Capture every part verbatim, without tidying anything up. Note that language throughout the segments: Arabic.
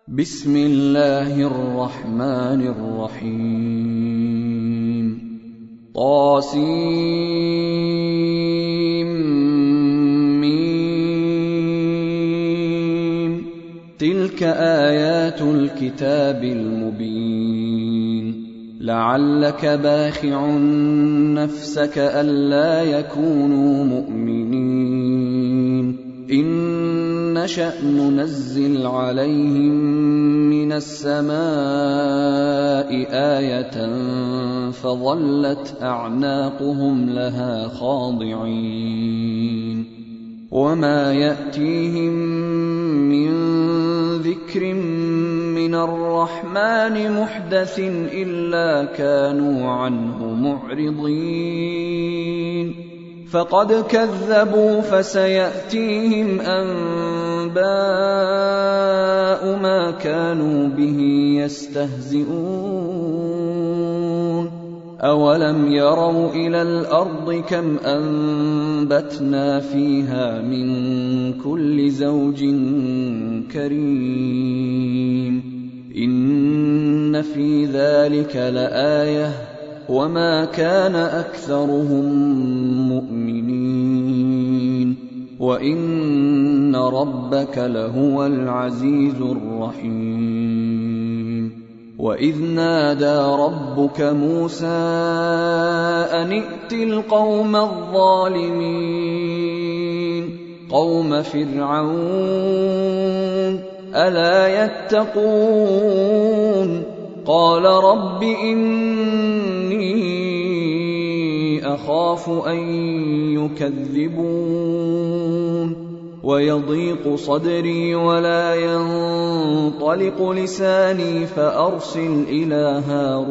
بسم الله الرحمن الرحيم. طاسيم تلك آيات الكتاب المبين. لعلك باخع نفسك ألا يكونوا مؤمنين. إن نشأ ننزل عليهم من السماء آية فظلت أعناقهم لها خاضعين. وما يأتيهم من ذكر من الرحمن محدث إلا كانوا عنه معرضين. فقد كذبوا فسيأتيهم أنباء ما كانوا به يستهزئون. أولم يروا إلى الأرض كم أنبتنا فيها من كل زوج كريم. إن في ذلك لآية وما كان أكثرهم مؤمنين. وإن ربك لهو العزيز الرحيم. وإذ نادى ربك موسى أن ائت القوم الظالمين قوم فرعون ألا يتقون. قال رب إني أخاف أن يكذبون ويضيق صدري ولا ينطلق لساني فأرسل إلى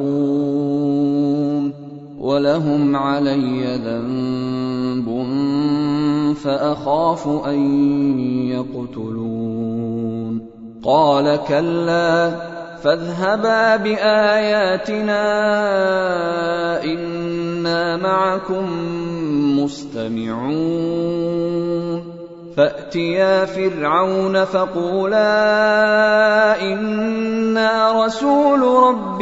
هارون ولهم علي ذنب فأخاف أن يقتلون. قال كلا فاذهبا بآياتنا إنا معكم مستمعون. فأتيا فرعون فقولا إنا رسول رب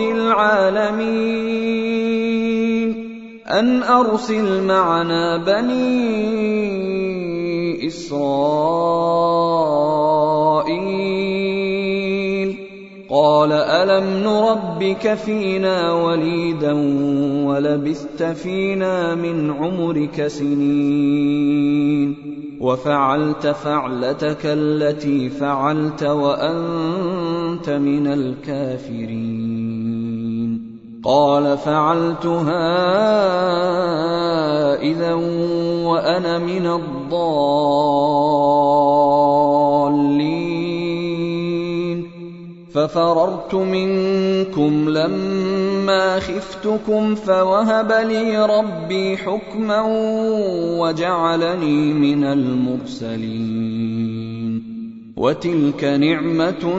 العالمين أن أرسل معنا بني إسرائيل. قال ألم نربك فينا وليدا ولبثت فينا من عمرك سنين وفعلت فعلتك التي فعلت وأنت من الكافرين. قال فعلتها إذا وأنا من الضالين. ففررت منكم لما خفتكم فوهب لي ربي حكما وجعلني من المرسلين. وتلك نعمة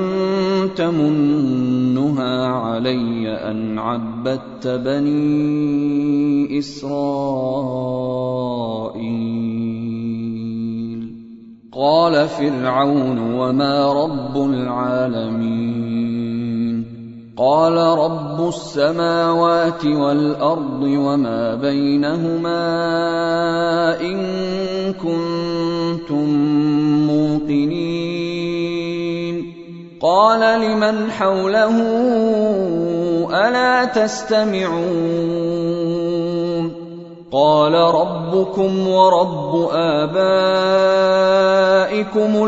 تمنها علي أن عبدت بني إسرائيل. قال فرعون وما رب العالمين؟ قال رب السماوات والأرض وما بينهما إن كنتم موقنين. قال لمن حوله ألا تستمعون؟ قال ربكم ورب آبائكم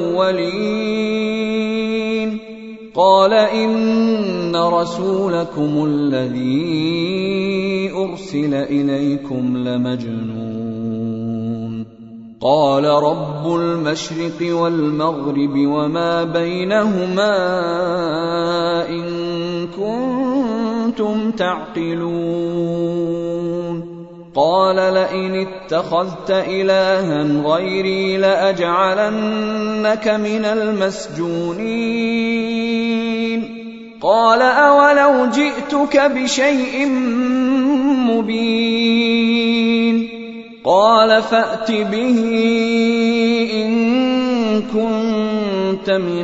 الأولين. قال إن رسولكم الذي أرسل إليكم لمجنون. قال رب المشرق والمغرب وما بينهما إن كنتم تعقلون. قال لئن اتخذت إلها غيري لأجعلنك من المسجونين. قال أولو جئتك بشيء مبين. قال فأت به إن كنت كنت من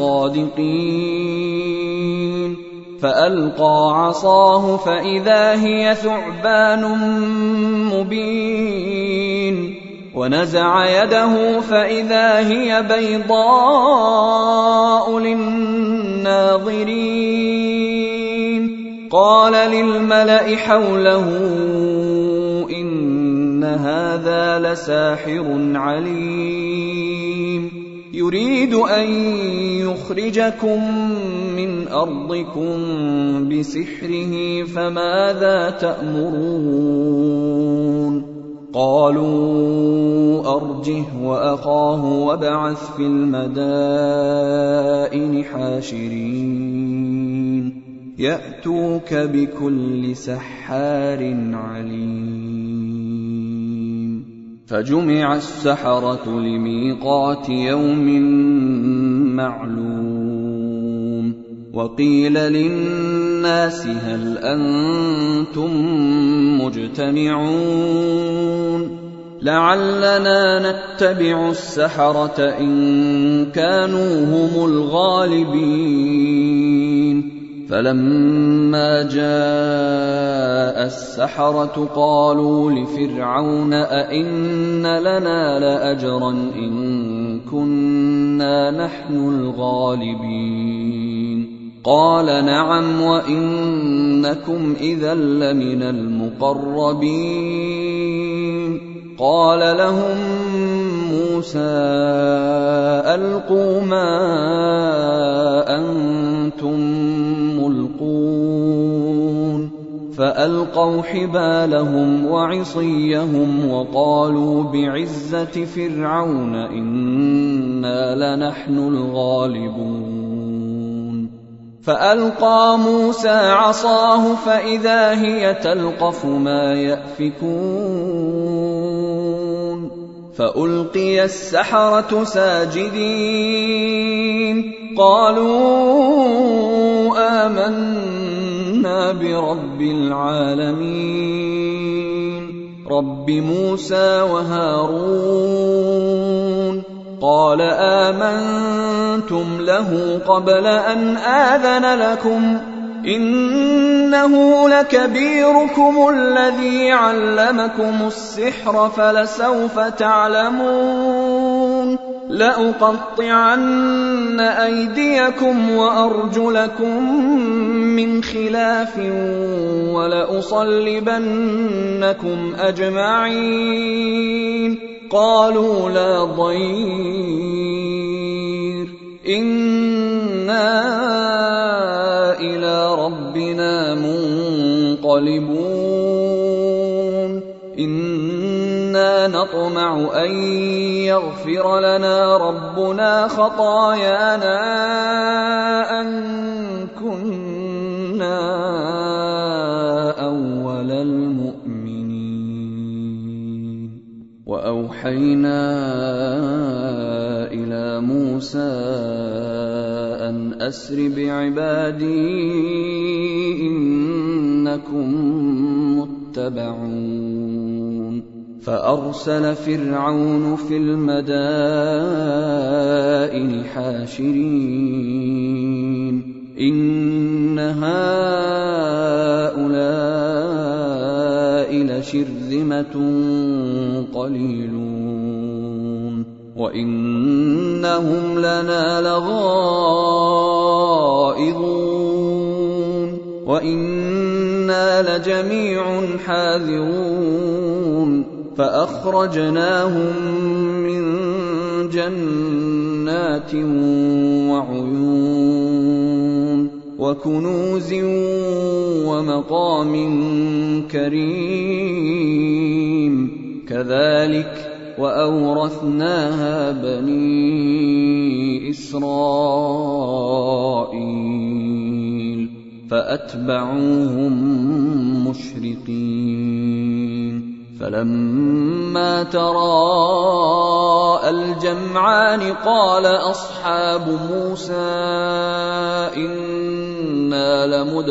الصادقين فألقى عصاه فإذا هي ثعبان مبين ونزع يده فإذا هي بيضاء للناظرين قال للملأ حوله إن هذا لساحر عليم يريد أن يخرجكم من أرضكم بسحره فماذا تأمرون قالوا أرجه وأخاه وابعث في المدائن حاشرين يأتوك بكل سحار عليم فجمع السحرة لميقات يوم معلوم وقيل للناس هل أنتم مجتمعون لعلنا نتبع السحرة إن كانوا هم الغالبين فلما جاء السحرة قالوا لفرعون أئن لنا لأجرا إن كنا نحن الغالبين قال نعم وإنكم إذا لمن المقربين قال لهم موسى ألقوا ما أنتم ملقون فألقوا حبالهم وعصيهم وقالوا بعزة فرعون إنا لنحن الغالبون فألقى موسى عصاه فإذا هي تلقف ما يأفكون فألقي السحرة ساجدين قالوا آمنا برب العالمين رب موسى وهارون قال آمنتم له قبل أن آذن لكم إنه لكبيركم الذي علمكم السحر فلسوف تعلمون لأقطعن أيديكم وأرجلكم من خلاف ولأصلبنكم أجمعين قالوا لا ضير إنا إلى ربنا منقلبون إنا نطمع أن يغفر لنا ربنا خطايانا أن كنا أول المؤمنين وأوحينا إلى موسى أن أسر بعبادي إنكم متبعون فأرسل فرعون في المدائن حاشرين إن هؤلاء لشرذمة قليلون وإنهم لنا لغائظون وإنا لجميع حاذرون فأخرجناهم من جنات وعيون وكنوز ومقام كريم كذلك وأورثناها بني إسرائيل فأتبعوهم مشرقين فلما تراءى الجمعان قال أصحاب موسى إنا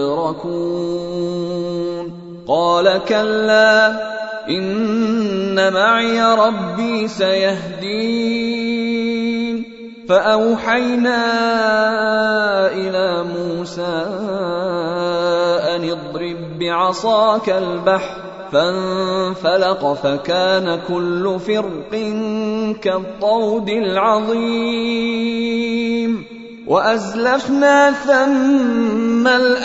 لمدركون قال كلا إن معي ربي سيهدين فأوحينا إلى موسى أن اضرب بعصاك البحر فانفلق فكان كل فرق كالطود العظيم وأزلفنا ثم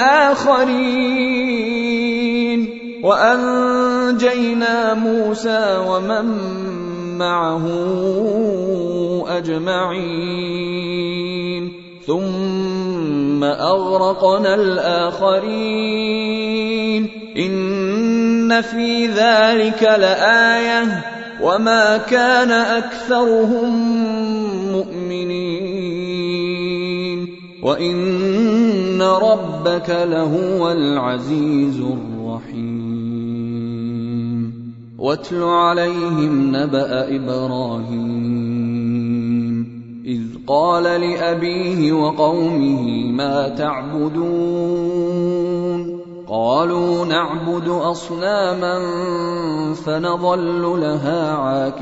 الآخرين وأنجينا موسى ومن معه أجمعين ثم أغرقنا الآخرين إن في ذلك لآية وما كان أكثرهم مؤمنين وإن ربك لهو العزيز الرحيم واتل عليهم نبأ إبراهيم إذ قال لأبيه وقومه ما تعبدون قالوا نعبد أصناما فنظل لها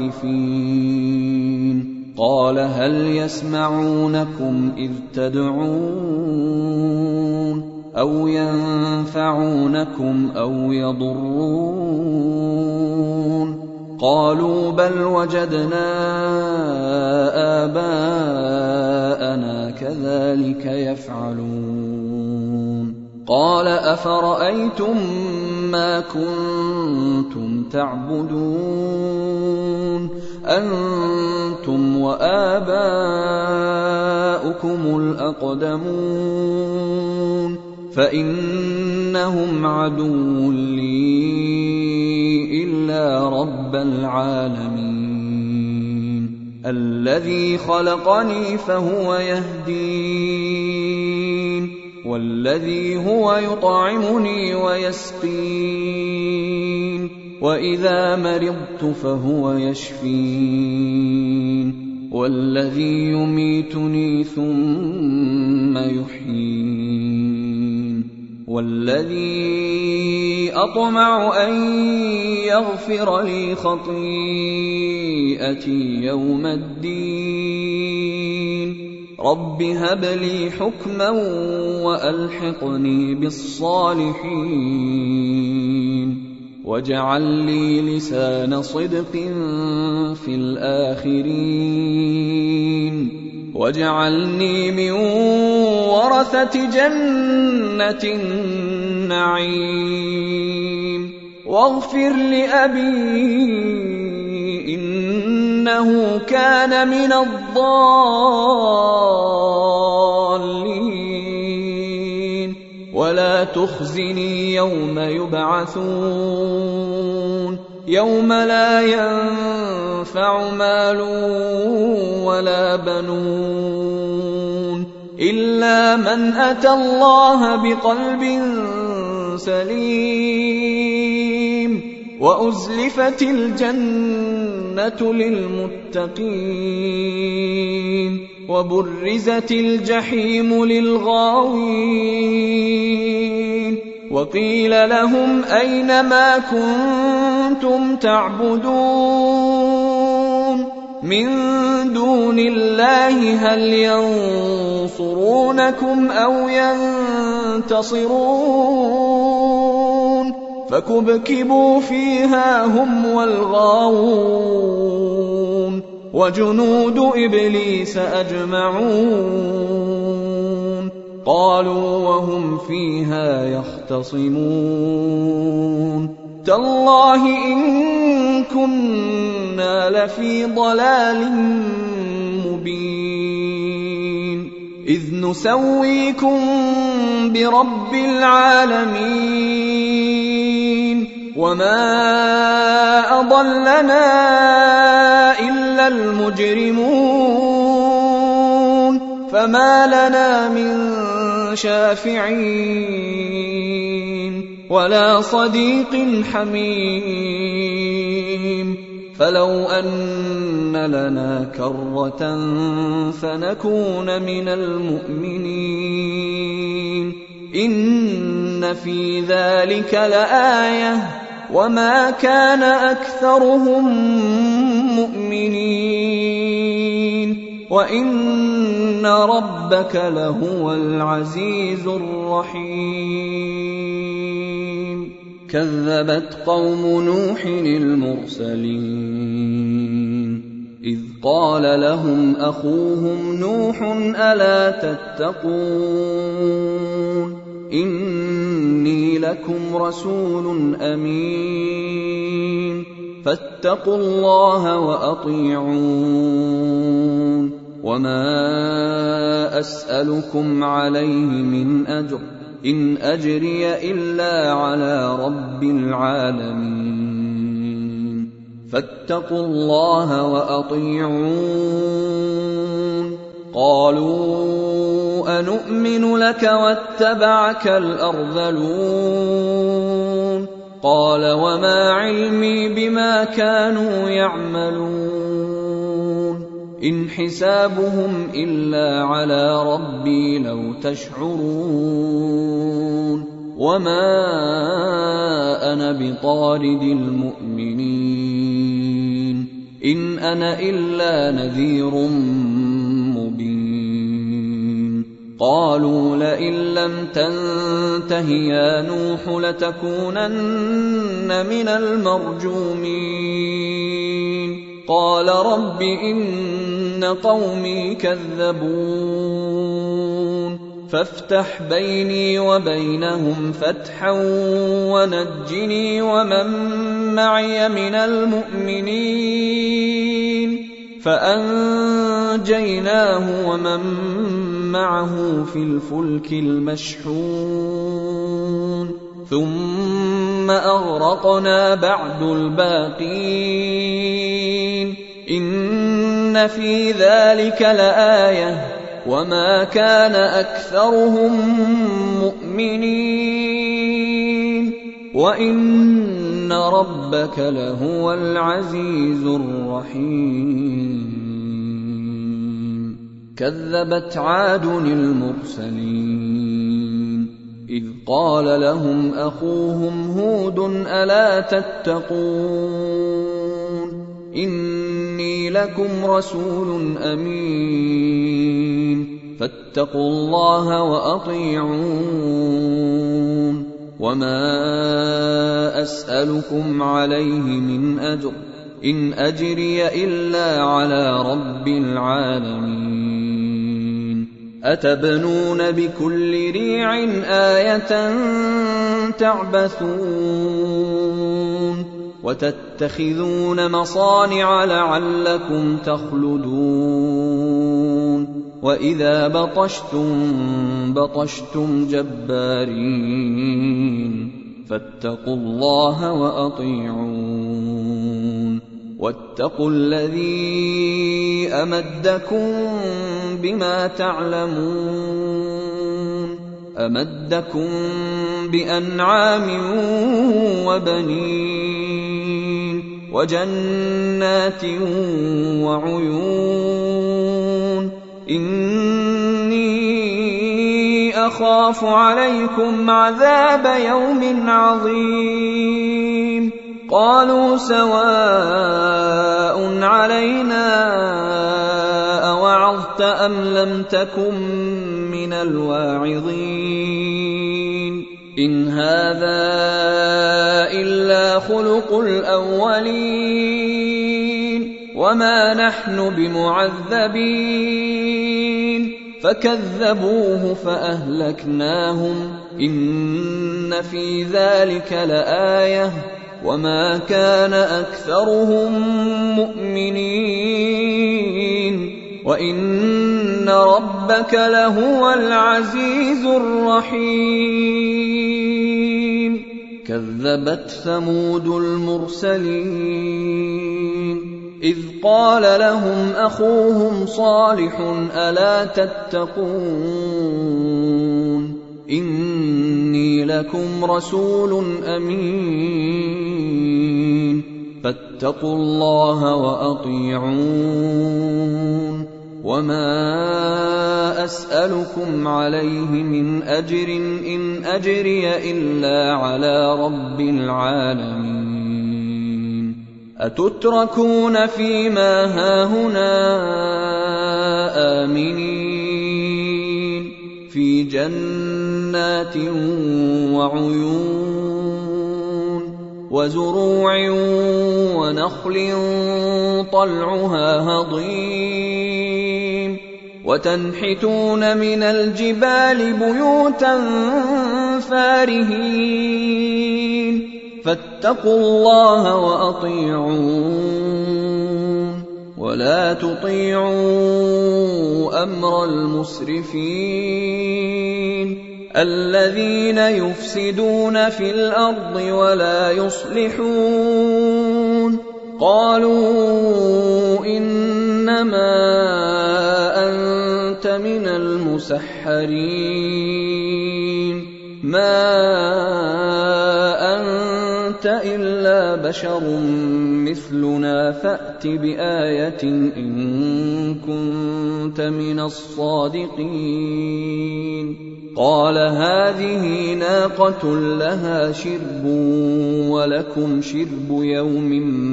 عاكفين قال هل يسمعونكم إذ تدعون أو ينفعونكم أو يضرون قالوا بل وجدنا آباءنا كذلك يفعلون قال أفرأيتم ما كنتم تعبدون أنتم وآباؤكم الأقدمون فإنهم عدو لي إلا رب العالمين الذي خلقني فهو يهدين والذي هو يطعمني ويسقين وإذا مرضت فهو يشفين والذي يميتني ثم يحيين والذي أطمع أن يغفر لي خطيئتي يوم الدين رب هب لي حكما وألحقني بالصالحين واجعل لي لسان صدق في الآخرين واجعلني من ورثة جنة النعيم واغفر لأبي إنه كان من الضالين ولا تخزني يوم يبعثون يوم لا ينفع مال ولا بنون إلا من أتى الله بقلب سليم وأزلفت الجنة للمتقين وبرزت الجحيم للغاوين وقيل لهم أين ما كنتم تعبدون من دون الله هل ينصرونكم أو ينتصرون فكبكبوا فيها هم والغاوون وجنود إبليس أجمعون قالوا وهم فيها يختصمون تالله إن كنا لفي ضلال مبين إذ نسويكم برب العالمين وما أضلنا إلا المجرمون فما لنا من شافعين ولا صديق حميم فلو أن لنا كرة فنكون من المؤمنين إن في ذلك لآية وما كان أكثرهم مؤمنين وإن ربك لهو العزيز الرحيم كذبت قوم نوح المرسلين إذ قال لهم أخوهم نوح ألا تتقون إني لكم رسول أمين فاتقوا الله وأطيعون وما أسألكم عليه من أجر إن أجري إلا على رب العالمين فاتقوا الله وأطيعون قالوا أنؤمن لك واتبعك الأرذلون قال وما علمي بما كانوا يعملون إن حسابهم إلا على ربي لو تشعرون وما أنا بطارد المؤمنين إن أنا إلا نذير مبين قالوا لئن لم تنته يا نوح لتكونن من المرجومين قال رب إن قومي كذبون فافتح بيني وبينهم فتحا ونجني ومن معي من المؤمنين فأنجيناه ومن معه في الفلك المشحون ثم أغرقنا بعد الباقين إن في ذلك لآية وما كان أكثرهم مؤمنين وإن ربك لهو العزيز الرحيم كذبت عاد المرسلين إذ قال لهم أخوهم هود ألا تتقون إني لكم رسول أمين فاتقوا الله وأطيعون وما أسألكم عليه من أجر إن أجري إلا على رب العالمين أتبنون بكل ريع آية تعبثون وتتخذون مصانع لعلكم تخلدون وإذا بطشتم بطشتم جبارين فاتقوا الله وأطيعون واتقوا الذي أمدكم بما تعلمون أمدكم بأنعام وبنين وجنات وعيون إني أخاف عليكم عذاب يوم عظيم قالوا سواء علينا أوعظت أم لم تكن من الواعظين إن هذا إلا خلق الأولين وما نحن بمعذبين فكذبوه فأهلكناهم إن في ذلك لآية وما كان أكثرهم مؤمنين وإن ربك لهو العزيز الرحيم كذبت ثمود المرسلين إذ قال لهم أخوهم صالح ألا تتقون إني لكم رسول أمين فاتقوا الله وأطيعون وما أسألكم عليه من أجر إن أجري إلا على رب العالمين أتتركون فيما هاهنا آمنين في جنات وعيون وزروع ونخل طلعها هضيم وتنحتون من الجبال بيوتا فارهين فاتقوا الله وأطيعون ولا تطيعوا أمر المسرفين الذين يفسدون في الأرض ولا يصلحون قالوا إنما أنت من المسحرين ما أنت إلا بشر مثلنا فأت بآية إن كنت من الصادقين قال هذه ناقة لها شرب ولكم شرب يوم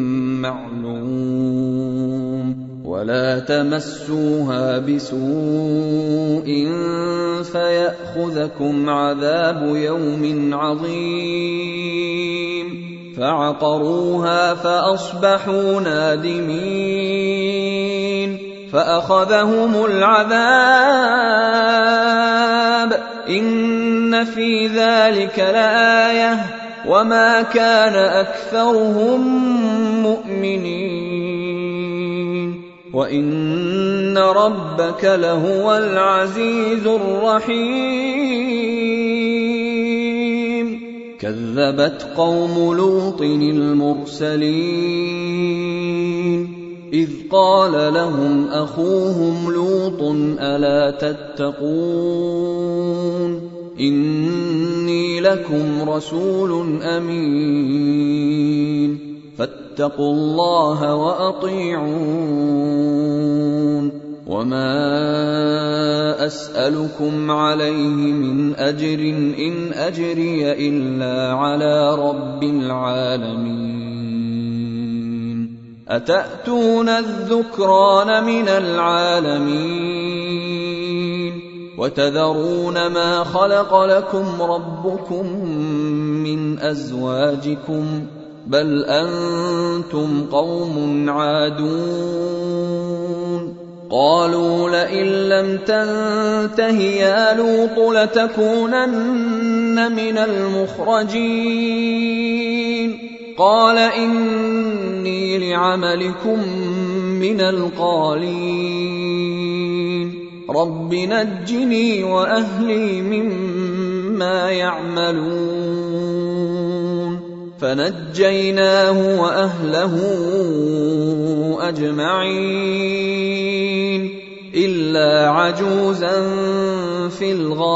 معلوم ولا تمسوها بسوء فيأخذكم عذاب يوم عظيم فعقروها فأصبحوا نادمين فأخذهم العذاب إن في ذلك لآية وما كان أكثرهم مؤمنين وإن ربك لهو العزيز الرحيم كذبت قوم لوط المرسلين إذ قال لهم أخوهم لوط ألا تتقون إني لكم رسول أمين فاتقوا الله وأطيعون وما أسألكم عليه من أجر إن أجري إلا على رب العالمين أتأتون الذكران من العالمين وتذرون ما خلق لكم ربكم من أزواجكم بل أنتم قوم عادون قالوا لئن لم تنته يا لوط لتكونن من المخرجين قال إني لعملكم من القالين رب نجني وأهلي مما يعملون فنجيناه وأهله أجمعين إلا عجوزا في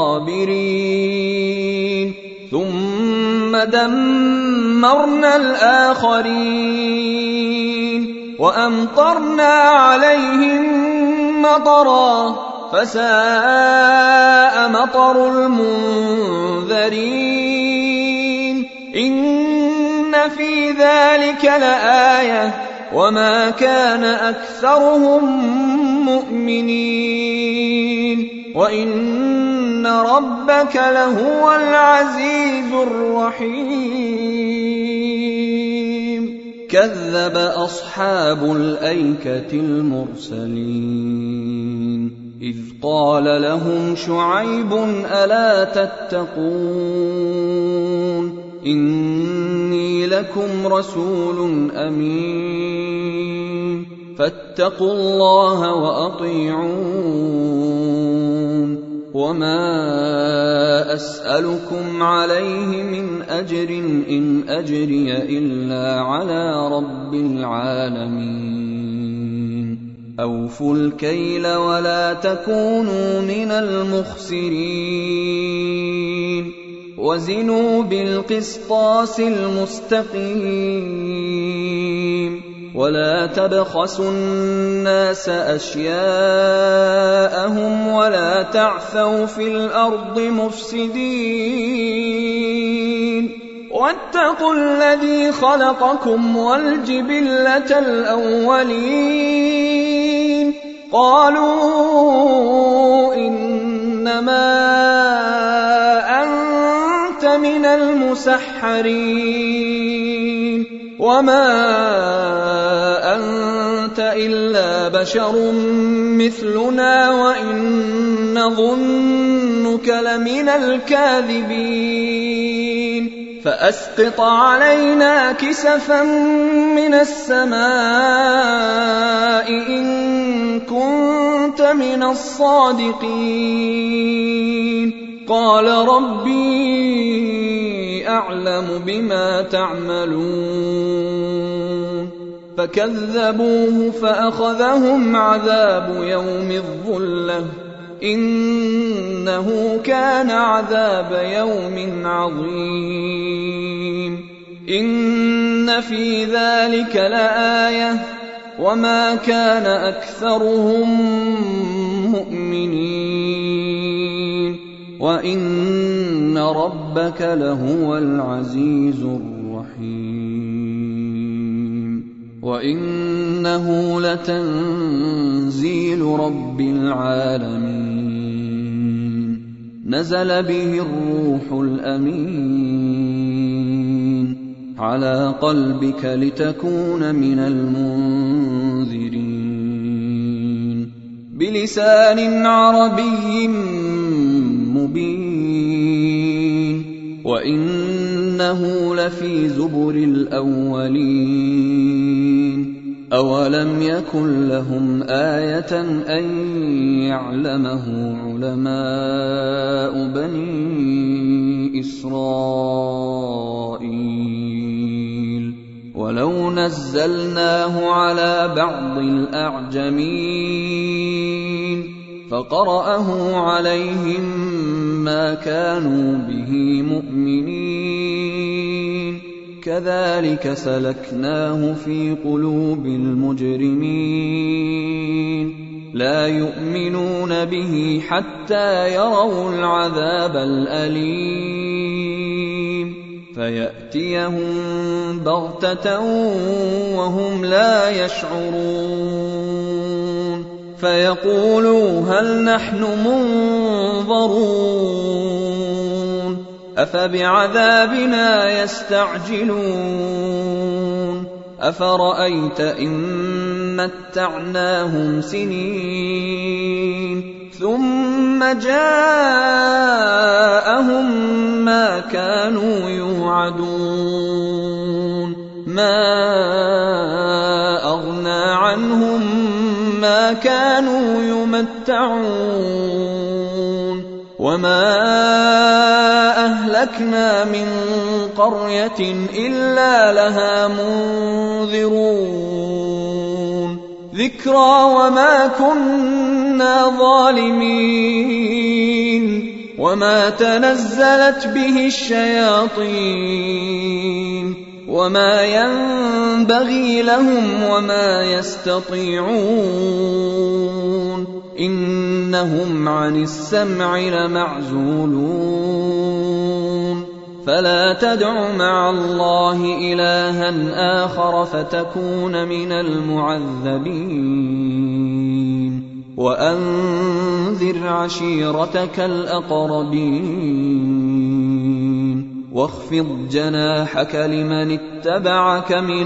الغابرين ثم دمرنا الآخرين وأمطرنا عليهم مطرا فساء مطر المنذرين إن في ذلك لآية وما كان أكثرهم مؤمنين وإن ربك لهو العزيز الرحيم كذب أصحاب الأيكة المرسلين إذ قال لهم شعيب ألا تتقون إني لكم رسول أمين فاتقوا الله وأطيعون وما أسألكم عليه من أجر إن أجري إلا على رب العالمين أوفوا الكيل ولا تكونوا من المخسرين وزنوا بالقسطاس المستقيم ولا تبخسوا الناس أشياءهم ولا تعثوا في الأرض مفسدين واتقوا الذي خلقكم والجبلة الأولين قالوا إنما أنت من المسحرين وما أنت إلا بشر مثلنا وإن نظنك لمن الكاذبين فأسقط علينا كسفا من السماء إن كنت من الصادقين قال ربي أعلم بما تعملون فكذبوه فأخذهم عذاب يوم الظلة إنه كان عذاب يوم عظيم إن في ذلك لآية وما كان أكثرهم مؤمنين وإن ربك لهو العزيز الرحيم وإنه لتنزيل رب العالمين نزل به الروح الأمين على قلبك لتكون من المنذرين بلسان عربي مبين وإنه لفي زبر الأولين أولم يكن لهم آية أن يعلمه علماء بني إسرائيل ولو نزلناه على بعض الأعجمين فقرأه عليهم ما كانوا به مؤمنين كذلك سلكناه في قلوب المجرمين لا يؤمنون به حتى يروا العذاب الأليم فيأتيهم بغتة وهم لا يشعرون فيقولوا هل نحن منظرون أفبعذابنا يستعجلون أفرأيت إن متعناهم سنين ثم جاءهم ما كانوا يوعدون ما أغنى عنهم ما كانوا يمتعون وما أهلكنا من قرية إلا لها منذرون ذكرى وما كنا ظالمين وما تنزلت به الشياطين وما ينبغي لهم وما يستطيعون إنهم عن السمع لمعزولون فلا تدع مع الله إلها آخر فتكون من المعذبين وأنذر عشيرتك الأقربين واخفض جناحك لمن اتبعك من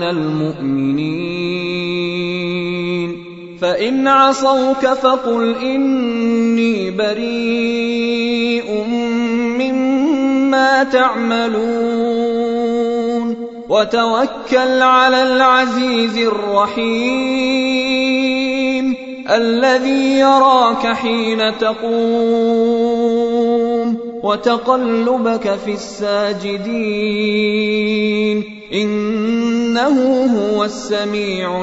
المؤمنين فإن عصوك فقل إني بريء مما تعملون وتوكل على العزيز الرحيم الذي يراك حين تقوم وتقلبك في الساجدين إنه هو السميع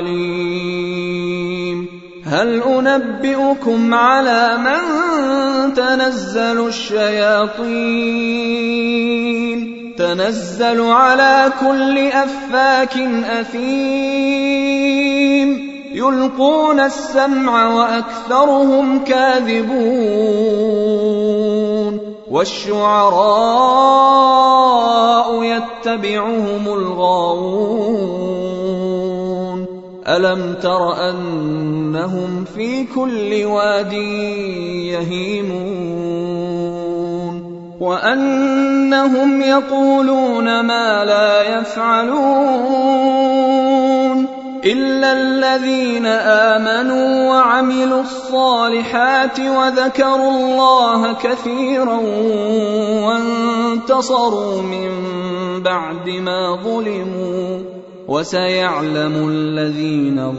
العليم هل أنبئكم على من تنزل الشياطين تنزل على كل أفاك أثيم يلقون السمع وأكثرهم كاذبون والشعراء يتبعهم الغاوون ألم تر أنهم في كل واد يهيمون وأنهم يقولون ما لا يفعلون إلا الذين آمنوا وعملوا الصالحات وذكروا الله كثيرا وانتصروا من بعد ما ظلموا وسيعلم الذين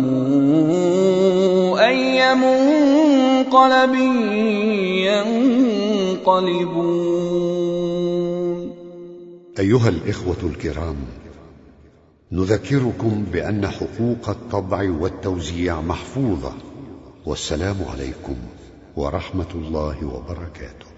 ظلموا أي منقلب ينقلبون. أيها الإخوة الكرام، نذكركم بأن حقوق الطبع والتوزيع محفوظة، والسلام عليكم ورحمة الله وبركاته.